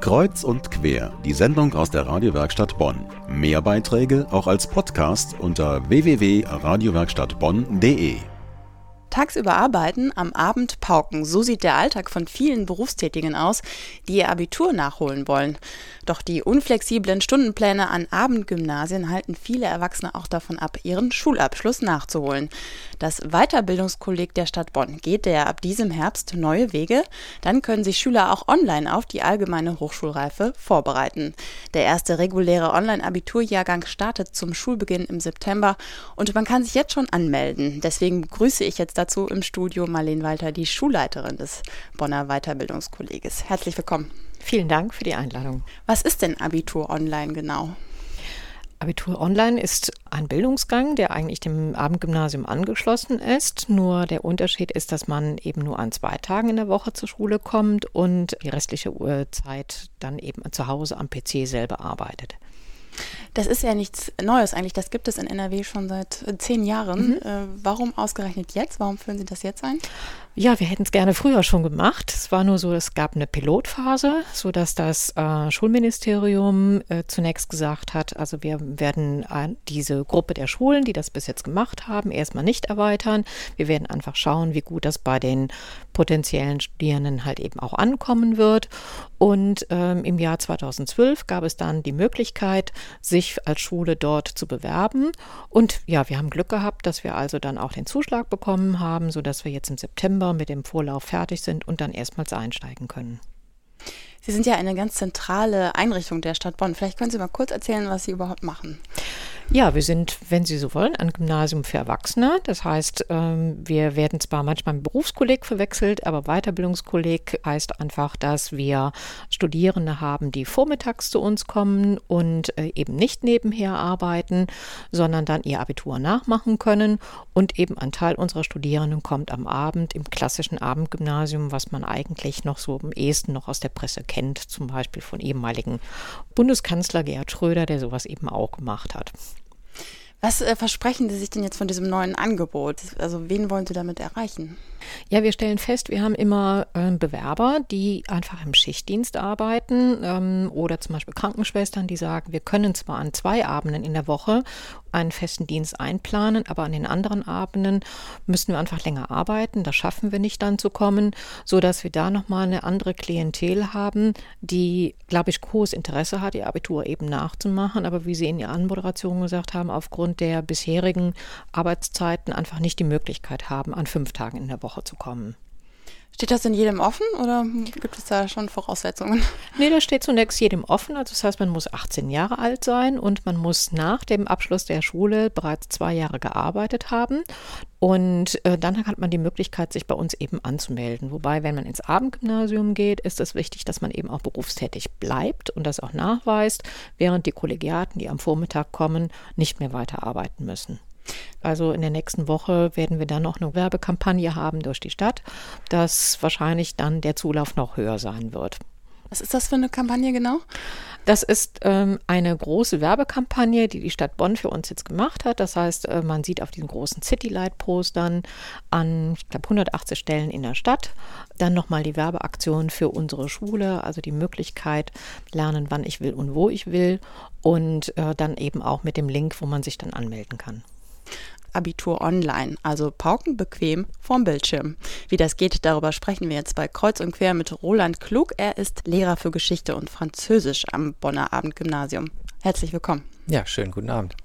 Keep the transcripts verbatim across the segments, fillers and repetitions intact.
Kreuz und quer, die Sendung aus der Radiowerkstatt Bonn. Mehr Beiträge auch als Podcast unter w w w punkt radiowerkstattbonn punkt d e. Tagsüber arbeiten, am Abend pauken. So sieht der Alltag von vielen Berufstätigen aus, die ihr Abitur nachholen wollen. Doch die unflexiblen Stundenpläne an Abendgymnasien halten viele Erwachsene auch davon ab, ihren Schulabschluss nachzuholen. Das Weiterbildungskolleg der Stadt Bonn geht der ab diesem Herbst neue Wege. Dann können sich Schüler auch online auf die allgemeine Hochschulreife vorbereiten. Der erste reguläre Online-Abiturjahrgang startet zum Schulbeginn im September und man kann sich jetzt schon anmelden. Deswegen begrüße ich jetzt dazu im Studio Marlene Walter, die Schulleiterin des Bonner Weiterbildungskolleges. Herzlich willkommen. Vielen Dank für die Einladung. Was ist denn Abitur Online genau? Abitur Online ist ein Bildungsgang, der eigentlich dem Abendgymnasium angeschlossen ist. Nur der Unterschied ist, dass man eben nur an zwei Tagen in der Woche zur Schule kommt und die restliche Uhrzeit dann eben zu Hause am P C selber arbeitet. Das ist ja nichts Neues eigentlich, das gibt es in N R W schon seit zehn Jahren. Mhm. Äh, warum ausgerechnet jetzt? Warum führen Sie das jetzt ein? Ja, wir hätten es gerne früher schon gemacht. Es war nur so, es gab eine Pilotphase, sodass das äh, Schulministerium äh, zunächst gesagt hat, also wir werden äh, diese Gruppe der Schulen, die das bis jetzt gemacht haben, erstmal nicht erweitern. Wir werden einfach schauen, wie gut das bei den potenziellen Studierenden halt eben auch ankommen wird. Und ähm, im Jahr zweitausendzwölf gab es dann die Möglichkeit, sich als Schule dort zu bewerben. Und ja, wir haben Glück gehabt, dass wir also dann auch den Zuschlag bekommen haben, sodass wir jetzt im September mit dem Vorlauf fertig sind und dann erstmals einsteigen können. Sie sind ja eine ganz zentrale Einrichtung der Stadt Bonn. Vielleicht können Sie mal kurz erzählen, was Sie überhaupt machen. Ja, wir sind, wenn Sie so wollen, ein Gymnasium für Erwachsene. Das heißt, wir werden zwar manchmal mit Berufskolleg verwechselt, aber Weiterbildungskolleg heißt einfach, dass wir Studierende haben, die vormittags zu uns kommen und eben nicht nebenher arbeiten, sondern dann ihr Abitur nachmachen können. Und eben ein Teil unserer Studierenden kommt am Abend im klassischen Abendgymnasium, was man eigentlich noch so am ehesten noch aus der Presse kennt, zum Beispiel von ehemaligen Bundeskanzler Gerhard Schröder, der sowas eben auch gemacht hat. Was äh, versprechen Sie sich denn jetzt von diesem neuen Angebot? Also wen wollen Sie damit erreichen? Ja, wir stellen fest, wir haben immer äh, Bewerber, die einfach im Schichtdienst arbeiten ähm, oder zum Beispiel Krankenschwestern, die sagen, wir können zwar an zwei Abenden in der Woche einen festen Dienst einplanen, aber an den anderen Abenden müssen wir einfach länger arbeiten. Das schaffen wir nicht dann zu kommen, sodass wir da nochmal eine andere Klientel haben, die, glaube ich, großes Interesse hat, ihr Abitur eben nachzumachen, aber wie Sie in Ihrer Anmoderation gesagt haben, aufgrund der bisherigen Arbeitszeiten einfach nicht die Möglichkeit haben, an fünf Tagen in der Woche zu kommen. Steht das in jedem offen oder gibt es da schon Voraussetzungen? Nee, das steht zunächst jedem offen. Also das heißt, man muss achtzehn Jahre alt sein und man muss nach dem Abschluss der Schule bereits zwei Jahre gearbeitet haben. Und äh, dann hat man die Möglichkeit, sich bei uns eben anzumelden. Wobei, wenn man ins Abendgymnasium geht, ist es wichtig, dass man eben auch berufstätig bleibt und das auch nachweist, während die Kollegiaten, die am Vormittag kommen, nicht mehr weiterarbeiten müssen. Also in der nächsten Woche werden wir dann noch eine Werbekampagne haben durch die Stadt, dass wahrscheinlich dann der Zulauf noch höher sein wird. Was ist das für eine Kampagne genau? Das ist ähm, eine große Werbekampagne, die die Stadt Bonn für uns jetzt gemacht hat. Das heißt, äh, man sieht auf diesen großen Citylight-Postern an, ich glaube, hundertachtzig Stellen in der Stadt dann nochmal die Werbeaktion für unsere Schule, also die Möglichkeit, lernen, wann ich will und wo ich will und äh, dann eben auch mit dem Link, wo man sich dann anmelden kann. Abitur Online, also pauken bequem vorm Bildschirm. Wie das geht, darüber sprechen wir jetzt bei Kreuz und Quer mit Roland Klug. Er ist Lehrer für Geschichte und Französisch am Bonner Abendgymnasium. Herzlich willkommen. Ja, schönen guten Abend.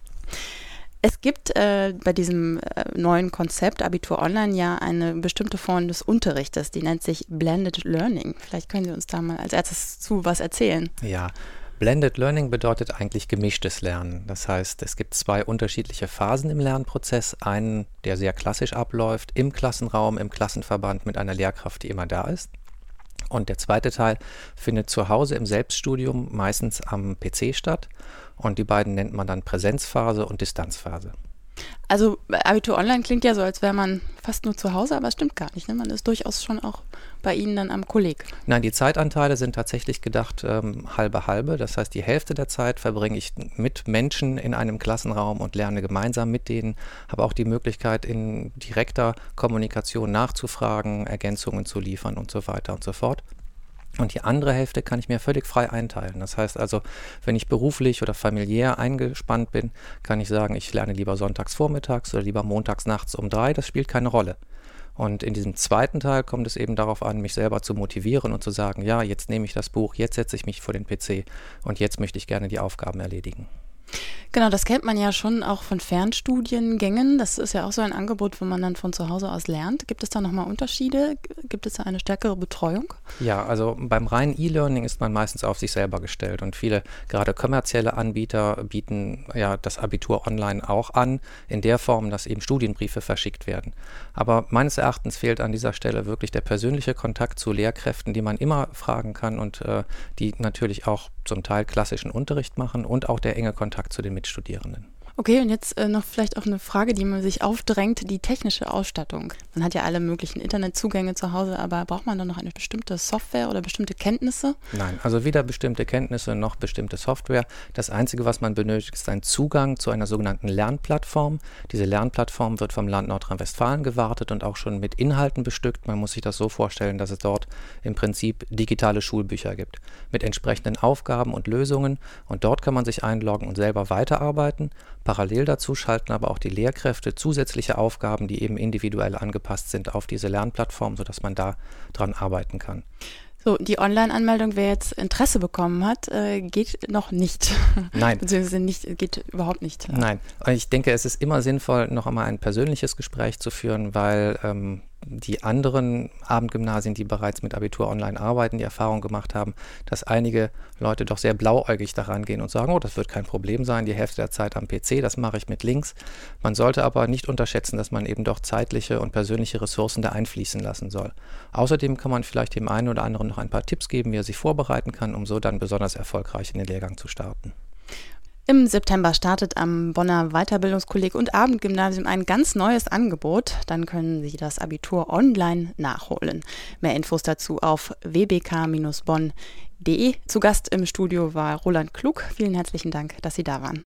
Es gibt äh, bei diesem äh, neuen Konzept Abitur Online ja eine bestimmte Form des Unterrichtes, die nennt sich Blended Learning. Vielleicht können Sie uns da mal als erstes zu was erzählen. Ja, Blended Learning bedeutet eigentlich gemischtes Lernen. Das heißt, es gibt zwei unterschiedliche Phasen im Lernprozess. Einen, der sehr klassisch abläuft, im Klassenraum, im Klassenverband mit einer Lehrkraft, die immer da ist. Und der zweite Teil findet zu Hause im Selbststudium meistens am P C statt. Und die beiden nennt man dann Präsenzphase und Distanzphase. Also Abitur Online klingt ja so, als wäre man fast nur zu Hause, aber es stimmt gar nicht. Ne? Man ist durchaus schon auch bei Ihnen dann am Kolleg. Nein, die Zeitanteile sind tatsächlich gedacht ähm, halbe halbe. Das heißt, die Hälfte der Zeit verbringe ich mit Menschen in einem Klassenraum und lerne gemeinsam mit denen. Habe auch die Möglichkeit, in direkter Kommunikation nachzufragen, Ergänzungen zu liefern und so weiter und so fort. Und die andere Hälfte kann ich mir völlig frei einteilen. Das heißt also, wenn ich beruflich oder familiär eingespannt bin, kann ich sagen, ich lerne lieber sonntags vormittags oder lieber montags nachts um drei. Das spielt keine Rolle. Und in diesem zweiten Teil kommt es eben darauf an, mich selber zu motivieren und zu sagen, ja, jetzt nehme ich das Buch, jetzt setze ich mich vor den P C und jetzt möchte ich gerne die Aufgaben erledigen. Genau, das kennt man ja schon auch von Fernstudiengängen. Das ist ja auch so ein Angebot, wo man dann von zu Hause aus lernt. Gibt es da nochmal Unterschiede? Gibt es da eine stärkere Betreuung? Ja, also beim reinen E-Learning ist man meistens auf sich selber gestellt und viele, gerade kommerzielle Anbieter, bieten ja das Abitur online auch an, in der Form, dass eben Studienbriefe verschickt werden. Aber meines Erachtens fehlt an dieser Stelle wirklich der persönliche Kontakt zu Lehrkräften, die man immer fragen kann und äh, die natürlich auch zum Teil klassischen Unterricht machen und auch der enge Kontakt zu den Mitstudierenden. Okay, und jetzt äh, noch vielleicht auch eine Frage, die man sich aufdrängt, die technische Ausstattung. Man hat ja alle möglichen Internetzugänge zu Hause, aber braucht man dann noch eine bestimmte Software oder bestimmte Kenntnisse? Nein, also weder bestimmte Kenntnisse noch bestimmte Software. Das Einzige, was man benötigt, ist ein Zugang zu einer sogenannten Lernplattform. Diese Lernplattform wird vom Land Nordrhein-Westfalen gewartet und auch schon mit Inhalten bestückt. Man muss sich das so vorstellen, dass es dort im Prinzip digitale Schulbücher gibt mit entsprechenden Aufgaben und Lösungen. Und dort kann man sich einloggen und selber weiterarbeiten. Parallel dazu schalten aber auch die Lehrkräfte zusätzliche Aufgaben, die eben individuell angepasst sind auf diese Lernplattform, sodass man da dran arbeiten kann. So, die Online-Anmeldung, wer jetzt Interesse bekommen hat, äh, geht noch nicht. Nein. Beziehungsweise nicht, geht überhaupt nicht. Nein. Ich denke, es ist immer sinnvoll, noch einmal ein persönliches Gespräch zu führen, weil ähm, die anderen Abendgymnasien, die bereits mit Abitur online arbeiten, die Erfahrung gemacht haben, dass einige Leute doch sehr blauäugig daran gehen und sagen, oh, das wird kein Problem sein, die Hälfte der Zeit am P C, das mache ich mit Links. Man sollte aber nicht unterschätzen, dass man eben doch zeitliche und persönliche Ressourcen da einfließen lassen soll. Außerdem kann man vielleicht dem einen oder anderen noch ein paar Tipps geben, wie er sich vorbereiten kann, um so dann besonders erfolgreich in den Lehrgang zu starten. Im September startet am Bonner Weiterbildungskolleg und Abendgymnasium ein ganz neues Angebot. Dann können Sie das Abitur online nachholen. Mehr Infos dazu auf w b k Bindestrich bonn punkt d e. Zu Gast im Studio war Roland Klug. Vielen herzlichen Dank, dass Sie da waren.